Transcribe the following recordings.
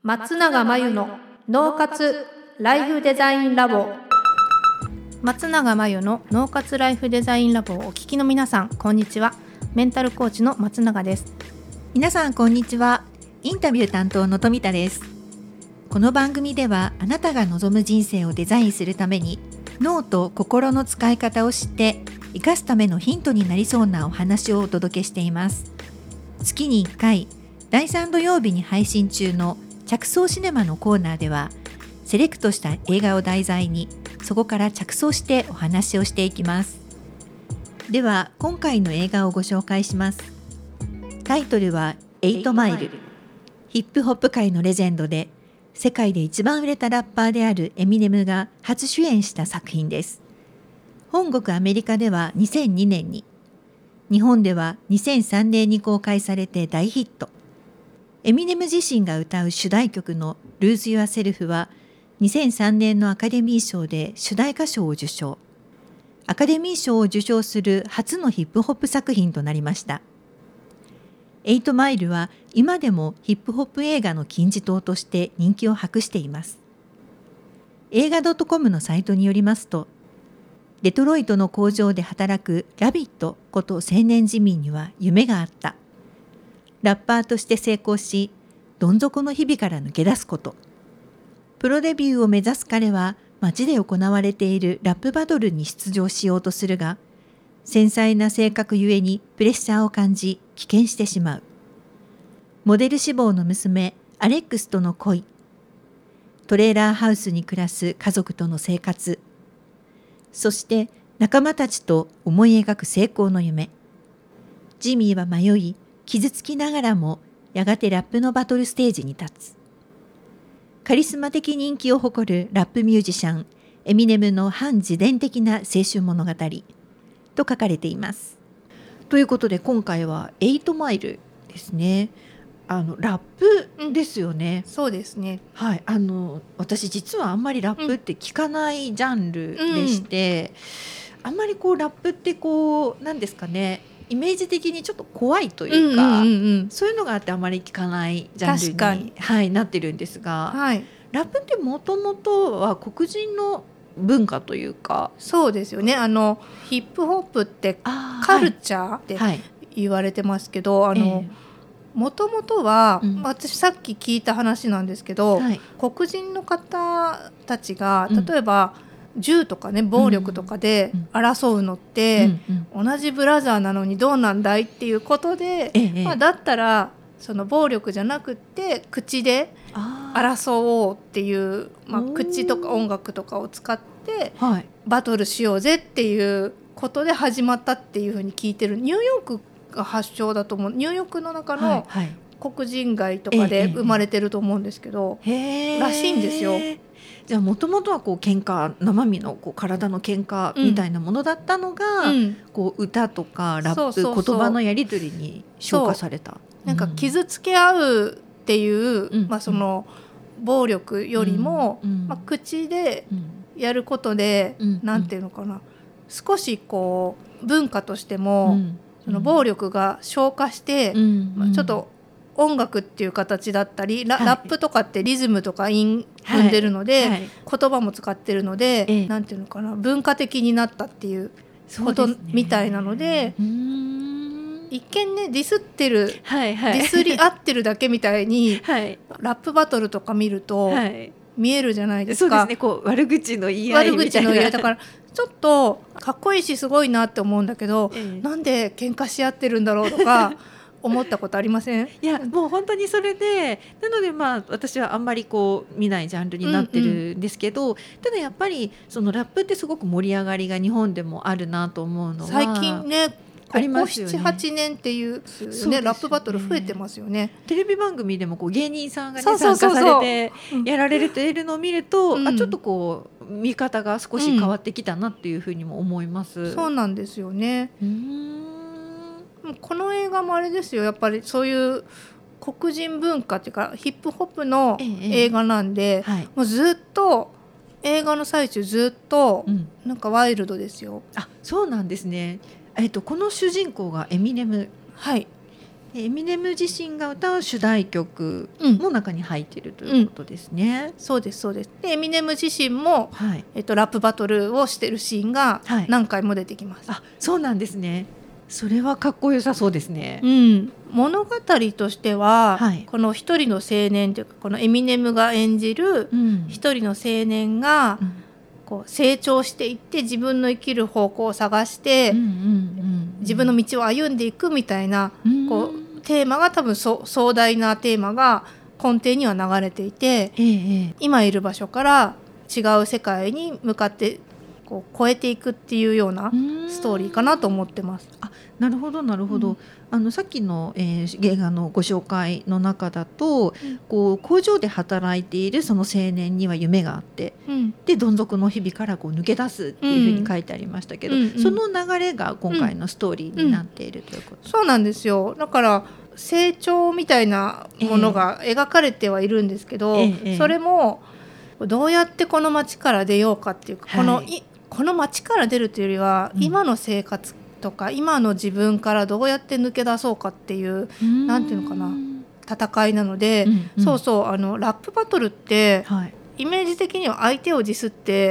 松永真由の脳活ライフデザインラボ。松永真由の脳活ライフデザインラボをお聞きの皆さん、こんにちは。メンタルコーチの松永です。 皆さんこんにちは。インタビュー担当の富田です。この番組ではあなたが望む人生をデザインするために脳と心の使い方を知って生かすためのヒントになりそうなお話をお届けしています。月に1回第3土曜日に配信中の着想シネマのコーナーではセレクトした映画を題材にそこから着想してお話をしていきます。では今回の映画をご紹介します。タイトルは8マイル。ヒップホップ界のレジェンドで世界で一番売れたラッパーであるエミネムが初主演した作品です。本国アメリカでは2002年に、日本では2003年に公開されて大ヒット。エミネム自身が歌う主題曲の Lose Yourself は2003年のアカデミー賞で主題歌賞を受賞。アカデミー賞を受賞する初のヒップホップ作品となりました。8マイルは今でもヒップホップ映画の金字塔として人気を博しています。映画 .com のサイトによりますと、デトロイトの工場で働くラビットこと青年自民には夢があった。ラッパーとして成功し、どん底の日々から抜け出すこと。プロデビューを目指す彼は街で行われているラップバトルに出場しようとするが、繊細な性格ゆえにプレッシャーを感じ棄権してしまう。モデル志望の娘アレックスとの恋。トレーラーハウスに暮らす家族との生活。そして仲間たちと思い描く成功の夢。ジミーは迷い、傷つきながらもやがてラップのバトルステージに立つ。カリスマ的人気を誇るラップミュージシャンエミネムの反自伝的な青春物語と書かれています。ということで今回は8マイルですね。ラップですよね。 そうですね。 はい、私実はあんまりラップって聞かないジャンルでして、あんまりこうラップってこうなんですかね、イメージ的にちょっと怖いというか、そういうのがあってあまり聞かないジャンルに、はい、なってるんですが、 はい、 ラップってもともとは黒人の文化というか。 そうですよね。ヒップホップってカルチャーって言われてますけど、もともとは、私さっき聞いた話なんですけど、黒人の方たちが例えば、銃とかね暴力とかで争うのって、同じブラザーなのにどうなんだいっていうことで、だったらその暴力じゃなくって口で争おうっていう、口とか音楽とかを使ってバトルしようぜっていうことで始まったっていうふうに聞いてる。ニューヨークが発祥だと思う。ニューヨークの中の黒人街とかで生まれてると思うんですけど、らしいんですよ。 じゃあもともとはこう喧嘩、生身のこう体の喧嘩みたいなものだったのが、こう歌とかラップ、言葉のやり取りに昇華された。 なんか傷つけ合うっていう、その暴力よりも、口でやることで、なんていうのかな、少しこう文化としても、その暴力が消化して、ちょっと音楽っていう形だったり、ラップとかってリズムとか音踏んでるので、言葉も使ってるので、なんていうのかな、文化的になったっていうことみたいなので、一見ねディスってる、ディスり合ってるだけみたいに、ラップバトルとか見ると、見えるじゃないですか。 そうですね、こう悪口の言い合いみたいな。 だからちょっとかっこいいしすごいなって思うんだけど、なんで喧嘩し合ってるんだろうとか思ったことありません？ いやもう本当にそれで、なので私はあんまりこう見ないジャンルになってるんですけど、ただやっぱりそのラップってすごく盛り上がりが日本でもあるなと思うのは、 最近ねここ 7,8 年っていう、ラップバトル増えてますよね。 テレビ番組でもこう芸人さんが、参加されてやられているのを見ると、ちょっとこう見方が少し変わってきたなっていうふうにも思います。 そうなんですよね。この映画もあれですよ、やっぱりそういう黒人文化っていうかヒップホップの映画なんで、もうずっと映画の最中ずっとなんかワイルドですよ。 そうなんですね。この主人公がエミネムエミネム自身が歌う主題曲も中に入っているということですね。 そうですそうです。でエミネム自身も、ラップバトルをしてるシーンが何回も出てきます。 あ、そうなんですね。それはかっこよさそうですね。 物語としては、この一人の青年というかこのエミネムが演じる一人の青年が、こう成長していって自分の生きる方向を探して、自分の道を歩んでいくみたいな、こうテーマが多分壮大なテーマが根底には流れていて、今いる場所から違う世界に向かってこう超えていくっていうようなストーリーかなと思ってます。 あ、なるほどなるほど。さっきの、映画のご紹介の中だと、こう工場で働いているその青年には夢があって、でどん底の日々からこう抜け出すっていうふうに書いてありましたけど、その流れが今回のストーリーになっているということ、 そうなんですよ。だから成長みたいなものが描かれてはいるんですけど、それもどうやってこの街から出ようかっていうか、この街から出るというよりは、今の生活とか今の自分からどうやって抜け出そうかっていう、なんていうのかな、戦いなので、そうそう、ラップバトルって、イメージ的には相手をディスって、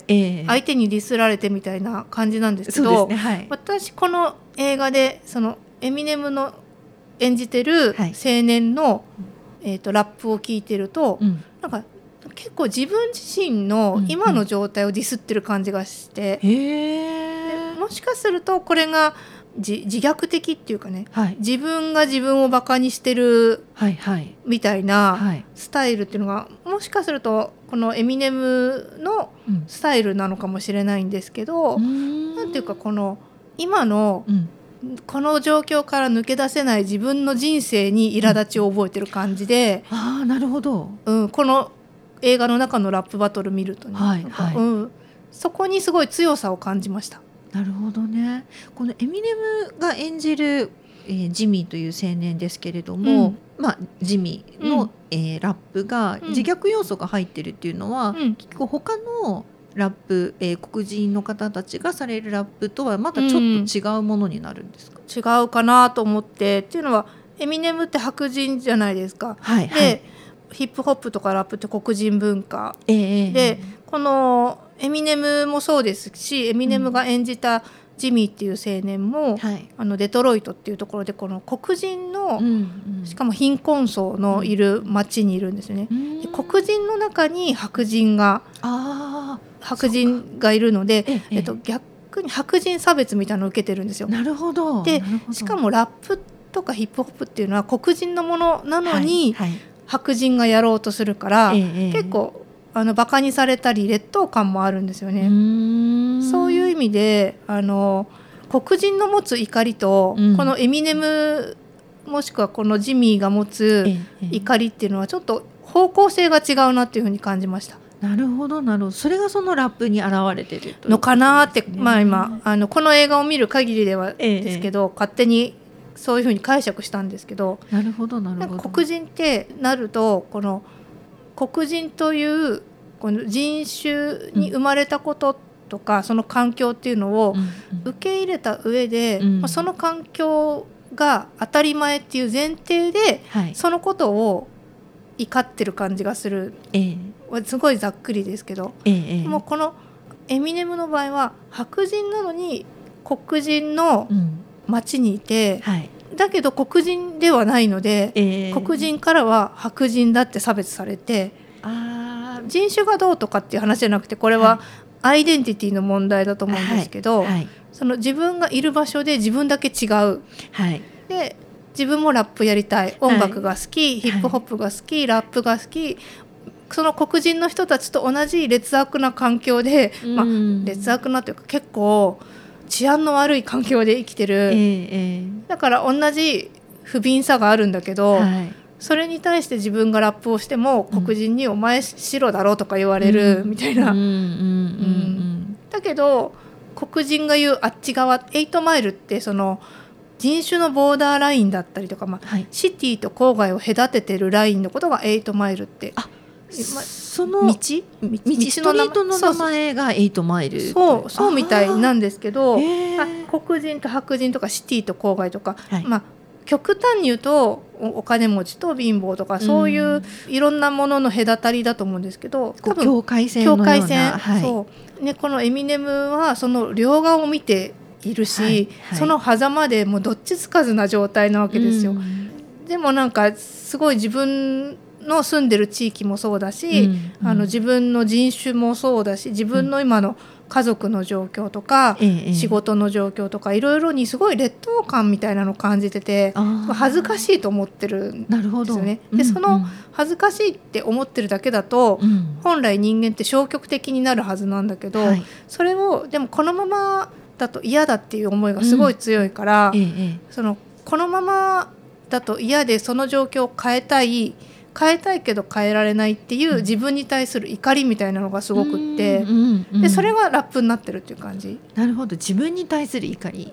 相手にディスられてみたいな感じなんですけど、私この映画でそのエミネムの演じてる青年の、ラップを聞いてると、なんか結構自分自身の今の状態をディスってる感じがして、もしかするとこれが自虐的っていうかね、自分が自分をバカにしてるみたいなスタイルっていうのが、もしかするとこのエミネムのスタイルなのかもしれないんですけど、なんていうかこの今のこの状況から抜け出せない自分の人生に苛立ちを覚えてる感じで、 なるほど、 この映画の中のラップバトル見るとね、そこにすごい強さを感じました。 なるほどね。このエミネムが演じる、ジミーという青年ですけれども、ジミーの、ラップが自虐要素が入ってるっていうのは、結構他のラップ、黒人の方たちがされるラップとはまたちょっと違うものになるんですか？ 違うかなと思って。っていうのはエミネムって白人じゃないですか。でヒップホップとかラップって黒人文化、でこのエミネムもそうですし、エミネムが演じたジミーっていう青年も、デトロイトっていうところでこの黒人の、しかも貧困層のいる町にいるんですよね。で黒人の中に白人がいるので、逆に白人差別みたいなのを受けてるんですよ。 なるほど。 でしかもラップとかヒップホップっていうのは黒人のものなのに、白人がやろうとするから、結構バカにされたり劣等感もあるんですよね。そういう意味で黒人の持つ怒りと、このエミネムもしくはこのジミーが持つ怒りっていうのはちょっと方向性が違うなっていうふうに感じました。 なるほどなるほど。それがそのラップに現れてるのかなって、今この映画を見る限りではですけど、勝手にそういうふうに解釈したんですけど、 なるほどなるほど。 黒人ってなると、この黒人というこの人種に生まれたこととか、その環境っていうのを受け入れた上で、その環境が当たり前っていう前提で、そのことを怒ってる感じがする、すごいざっくりですけど、もうこのエミネムの場合は白人なのに黒人の町にいて、だけど黒人ではないので、黒人からは白人だって差別されて、人種がどうとかっていう話じゃなくて、これはアイデンティティの問題だと思うんですけど、その自分がいる場所で自分だけ違う、で自分もラップやりたい、音楽が好き、ヒップホップが好き、ラップが好き、その黒人の人たちと同じ劣悪な環境で、劣悪なというか結構治安の悪い環境で生きてる、だから同じ不憫さがあるんだけど、それに対して自分がラップをしても黒人にお前白だろとか言われるみたいな、だけど黒人が言うあっち側8マイルってその人種のボーダーラインだったりとか、シティと郊外を隔ててるラインのことが8マイルって、 その道ストリートの名前が8マイル、 そうみたいなんですけど、黒人と白人とかシティと郊外とか、 極端に言うとお金持ちと貧乏とかそういういろんなものの隔たりだと思うんですけど、 多分境界線のような、はい、 そうね、このエミネムはその両側を見ているし、はいはい、その狭間でもうどっちつかずな状態なわけですよ。でもなんかすごい自分の住んでる地域もそうだし、自分の人種もそうだし、自分の今の家族の状況とか、仕事の状況とかいろいろにすごい劣等感みたいなのを感じてて、恥ずかしいと思ってるんですよね。でその恥ずかしいって思ってるだけだと、本来人間って消極的になるはずなんだけど、それをでもこのままだと嫌だっていう思いがすごい強いから、このままだと嫌でその状況を変えたいけど変えられないっていう自分に対する怒りみたいなのがすごくって、でそれがラップになってるっていう感じ。 なるほど、自分に対する怒り、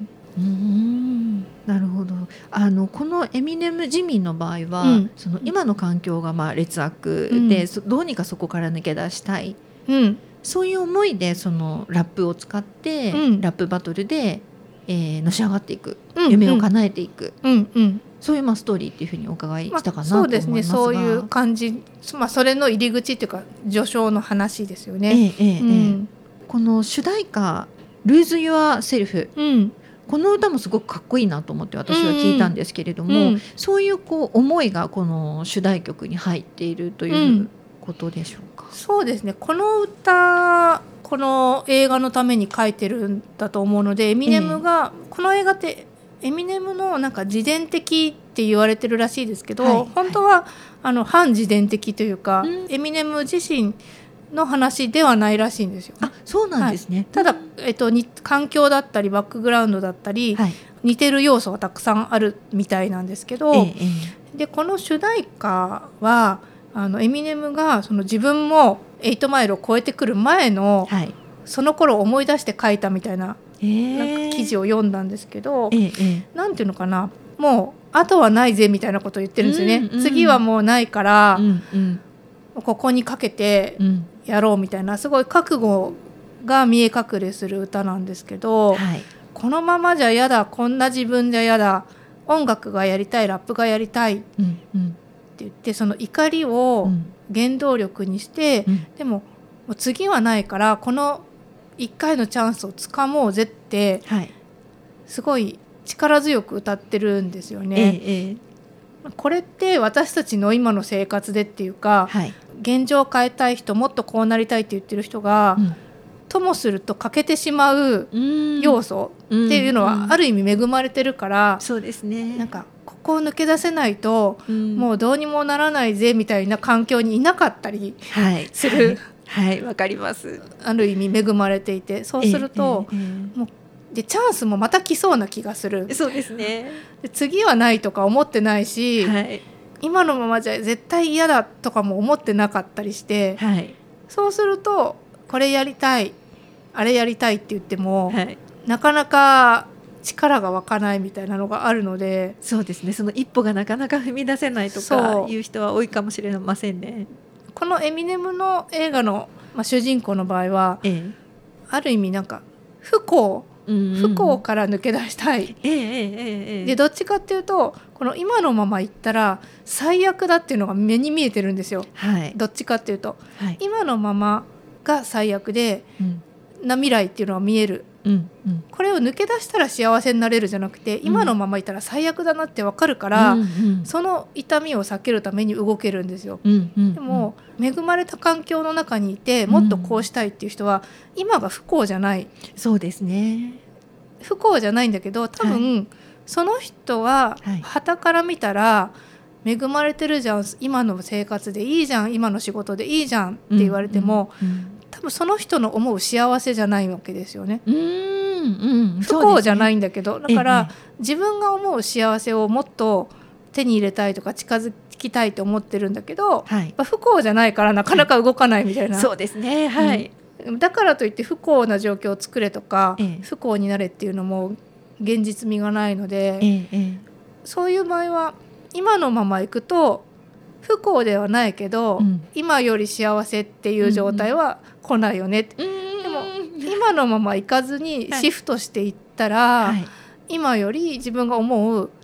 なるほど。このエミネム・ジミンの場合は、その今の環境が劣悪で、どうにかそこから抜け出したい、そういう思いでそのラップを使って、ラップバトルで、のし上がっていく、夢を叶えていく、そういうストーリーっていうふうにお伺いしたかなと思いますが、 そうですね、そういう感じ、それの入り口っていうか序章の話ですよね。 この主題歌「Lose Your Self」、この歌もすごくかっこいいなと思って私は聞いたんですけれども、そういう思いがこの主題曲に入っているということでしょうか。 そうですね、この歌この映画のために書いてるんだと思うので、エミネムが、この映画ってエミネムのなんか自伝的って言われてるらしいですけど、本当は反自伝的というか、エミネム自身の話ではないらしいんですよ。 そうなんですね。 ただ、環境だったりバックグラウンドだったり、似てる要素はたくさんあるみたいなんですけど、でこの主題歌はエミネムがその自分も8マイルを超えてくる前の、その頃を思い出して書いたみたいな、なんか記事を読んだんですけど、なんていうのかな、もうあとはないぜみたいなことを言ってるんですよね。次はもうないから、ここにかけてやろうみたいな、すごい覚悟が見え隠れする歌なんですけど、このままじゃやだ、こんな自分じゃやだ、音楽がやりたい、ラップがやりたいって言って、その怒りを原動力にして、でも次はないからこの1回のチャンスをつかもうぜって、すごい力強く歌ってるんですよね。これって私たちの今の生活でっていうか、現状を変えたい人、もっとこうなりたいって言ってる人が、ともすると欠けてしまう要素っていうのはある意味恵まれてるから、 そうですね、 なんかここを抜け出せないと、もうどうにもならないぜみたいな環境にいなかったりする、 わかります。 ある意味恵まれていて、そうすると、もうでチャンスもまた来そうな気がする。 そうですね。 で次はないとか思ってないし、今のままじゃ絶対嫌だとかも思ってなかったりして、そうするとこれやりたい、あれやりたいって言っても、なかなか力が湧かないみたいなのがあるので、 そうですね、その一歩がなかなか踏み出せないとかいう人は多いかもしれませんね。 このエミネムの映画の、主人公の場合は、ある意味なんか不幸から抜け出したい、でどっちかっていうとこの今のままいったら最悪だっていうのが目に見えてるんですよ、どっちかっていうと、今のままが最悪で、な未来っていうのは見える、これを抜け出したら幸せになれるじゃなくて、今のままいたら最悪だなって分かるから、その痛みを避けるために動けるんですよ、でも恵まれた環境の中にいてもっとこうしたいっていう人は、今が不幸じゃない。 そうですね、 不幸じゃないんだけど、多分、その人は傍から見たら恵まれてるじゃん、今の生活でいいじゃん、今の仕事でいいじゃんって言われても、多分その人の思う幸せじゃないわけですよね。不幸じゃないんだけど、だから自分が思う幸せをもっと手に入れたいとか近づきたいと思ってるんだけど、不幸じゃないからなかなか動かないみたいな、 そうですね、 だからといって不幸な状況を作れとか、不幸になれっていうのも現実味がないので、そういう場合は今のままいくと不幸ではないけど、今より幸せっていう状態は来ないよね、でも今のままいかずにシフトしていったら、今より自分が思う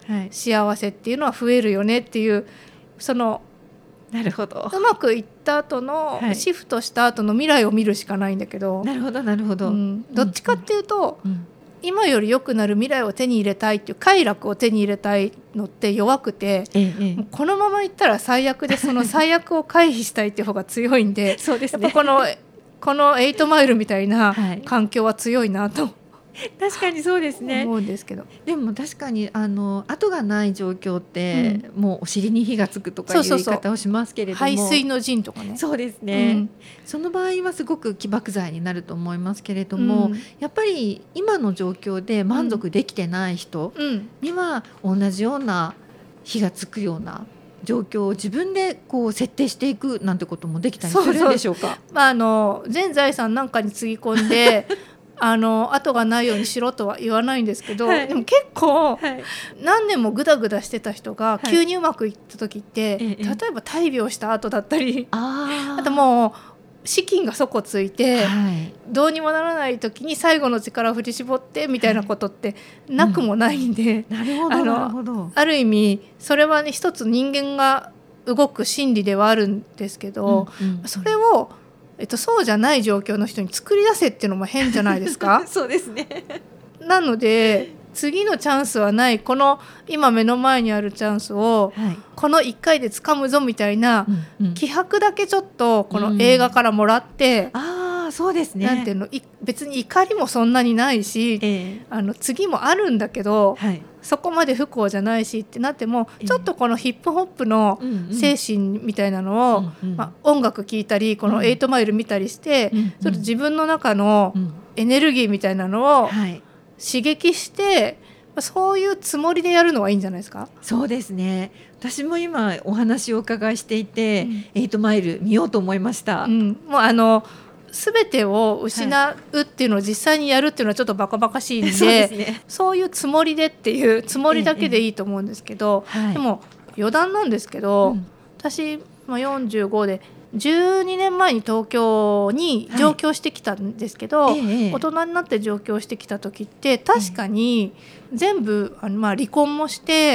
幸せっていうのは増えるよねっていう、そのなるほど、 うまくいった後の、シフトした後の未来を見るしかないんだけど、 なるほどなるほど、 どっちかっていうと、今より良くなる未来を手に入れたいっていう快楽を手に入れたいのって弱くて、もうこのままいったら最悪で、その最悪を回避したいっていう方が強いんでそうですね、 やっぱこの8マイルみたいな環境は強いなと、 確かにそうですね、 思うんですけど、 でも確かに後がない状況って、もうお尻に火がつくとかいう言い方をしますけれども、 排水の陣とかね、 そうですね、その場合はすごく起爆剤になると思いますけれども、やっぱり今の状況で満足できてない人には同じような火がつくような状況を自分でこう設定していくなんてこともできたりするんでしょうか。 全財産なんかにつぎ込んで後がないようにしろとは言わないんですけど、でも結構、何年もグダグダしてた人が急にうまくいった時って、例えば大病した後だったり、あともう資金が底ついて、どうにもならない時に最後の力を振り絞ってみたいなことってなくもないんで、ある意味それはね、一つ人間が動く心理ではあるんですけど、それをそうじゃない状況の人に作り出せっていうのも変じゃないですかそうですね。 なので次のチャンスはない、この今目の前にあるチャンスを、この1回で掴むぞみたいな、気迫だけちょっとこの映画からもらって、 そうですね、 なんていうの、別に怒りもそんなにないし、次もあるんだけど、そこまで不幸じゃないしってなっても、ちょっとこのヒップホップの精神みたいなのを、音楽聴いたりこの8マイル見たりして、ちょっと自分の中のエネルギーみたいなのを刺激して、そういうつもりでやるのはいいんじゃないですか。 そうですね、私も今お話をお伺いしていて、8マイル見ようと思いました。 もう全てを失うっていうのを実際にやるっていうのはちょっとバカバカしいんで、そういうつもりでっていうつもりだけでいいと思うんですけど、でも余談なんですけど、私、45で12年前に東京に上京してきたんですけど、大人になって上京してきた時って確かに全部離婚もして、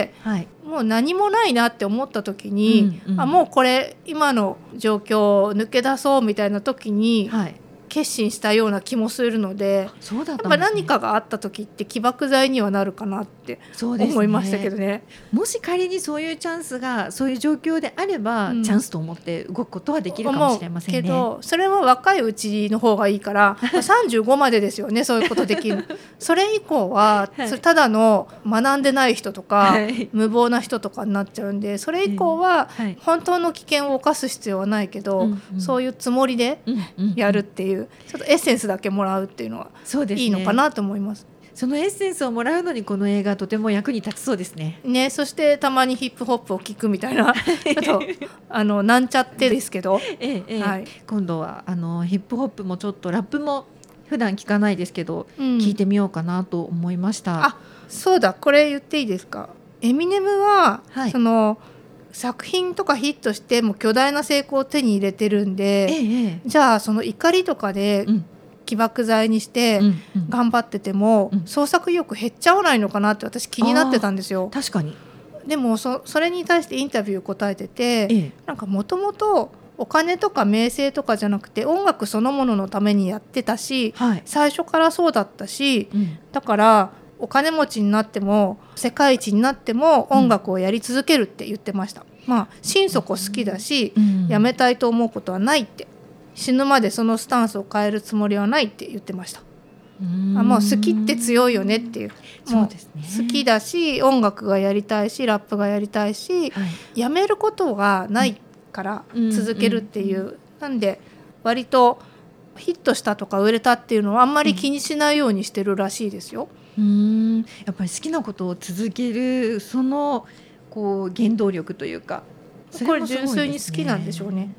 もう何もないなって思った時に、もうこれ今の状況を抜け出そうみたいな時に決心したような気もするので、やっぱ何かがあった時って起爆剤にはなるかなって思いましたけどね。 もし仮にそういうチャンスがそういう状況であれば、チャンスと思って動くことはできるかもしれませんね。 けどそれは若いうちの方がいいから35までですよね、そういうことできるそれ以降は、それただの学んでない人とか、無謀な人とかになっちゃうんで、それ以降は本当の危険を冒す必要はないけど、そういうつもりでやるっていう、ちょっとエッセンスだけもらうっていうのはいいのかなと思います。 そのエッセンスをもらうのにこの映画とても役に立ちそうですね。 そしてたまにヒップホップを聞くみたいなちょっとなんちゃってですけど、 今度はヒップホップもちょっとラップも普段聞かないですけど、聞いてみようかなと思いました。 そうだ、これ言っていいですか。エミネムは、その作品とかヒットしても巨大な成功を手に入れてるんで、じゃあその怒りとかで起爆剤にして頑張ってても、創作意欲減っちゃわないのかなって私気になってたんですよ。 確かに。 でもそれに対してインタビュー答えてて、なんかもともとお金とか名声とかじゃなくて音楽そのもののためにやってたし、最初からそうだったし、だからお金持ちになっても世界一になっても音楽をやり続けるって言ってました。心底好きだし、やめたいと思うことはないって、死ぬまでそのスタンスを変えるつもりはないって言ってました。もう好きって強いよねっていう、もう好きだし音楽がやりたいしラップがやりたいし、やめることがないから続けるっていう、なんで割とヒットしたとか売れたっていうのはあんまり気にしないようにしてるらしいですよ。 やっぱり好きなことを続けるそのこう原動力というか、 これ純粋に好きなんでしょうね。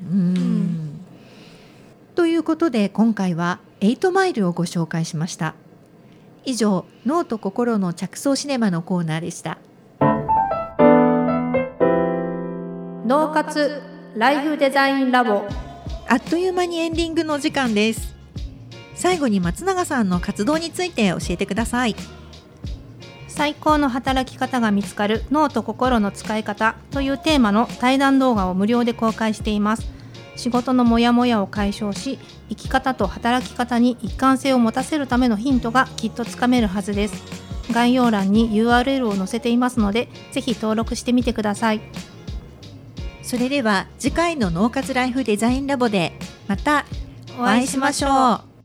ということで今回は8マイルをご紹介しました。以上、脳と心の着想シネマのコーナーでした。 脳活ライフデザインラボ、 あっという間にエンディングのお時間です。最後に松永さんの活動について教えてください。 最高の働き方が見つかる脳と心の使い方というテーマの対談動画を無料で公開しています。仕事のモヤモヤを解消し、生き方と働き方に一貫性を持たせるためのヒントがきっとつかめるはずです。概要欄に URL を載せていますので、ぜひ登録してみてください。 それでは次回の脳活ライフデザインラボでまたお会いしましょう。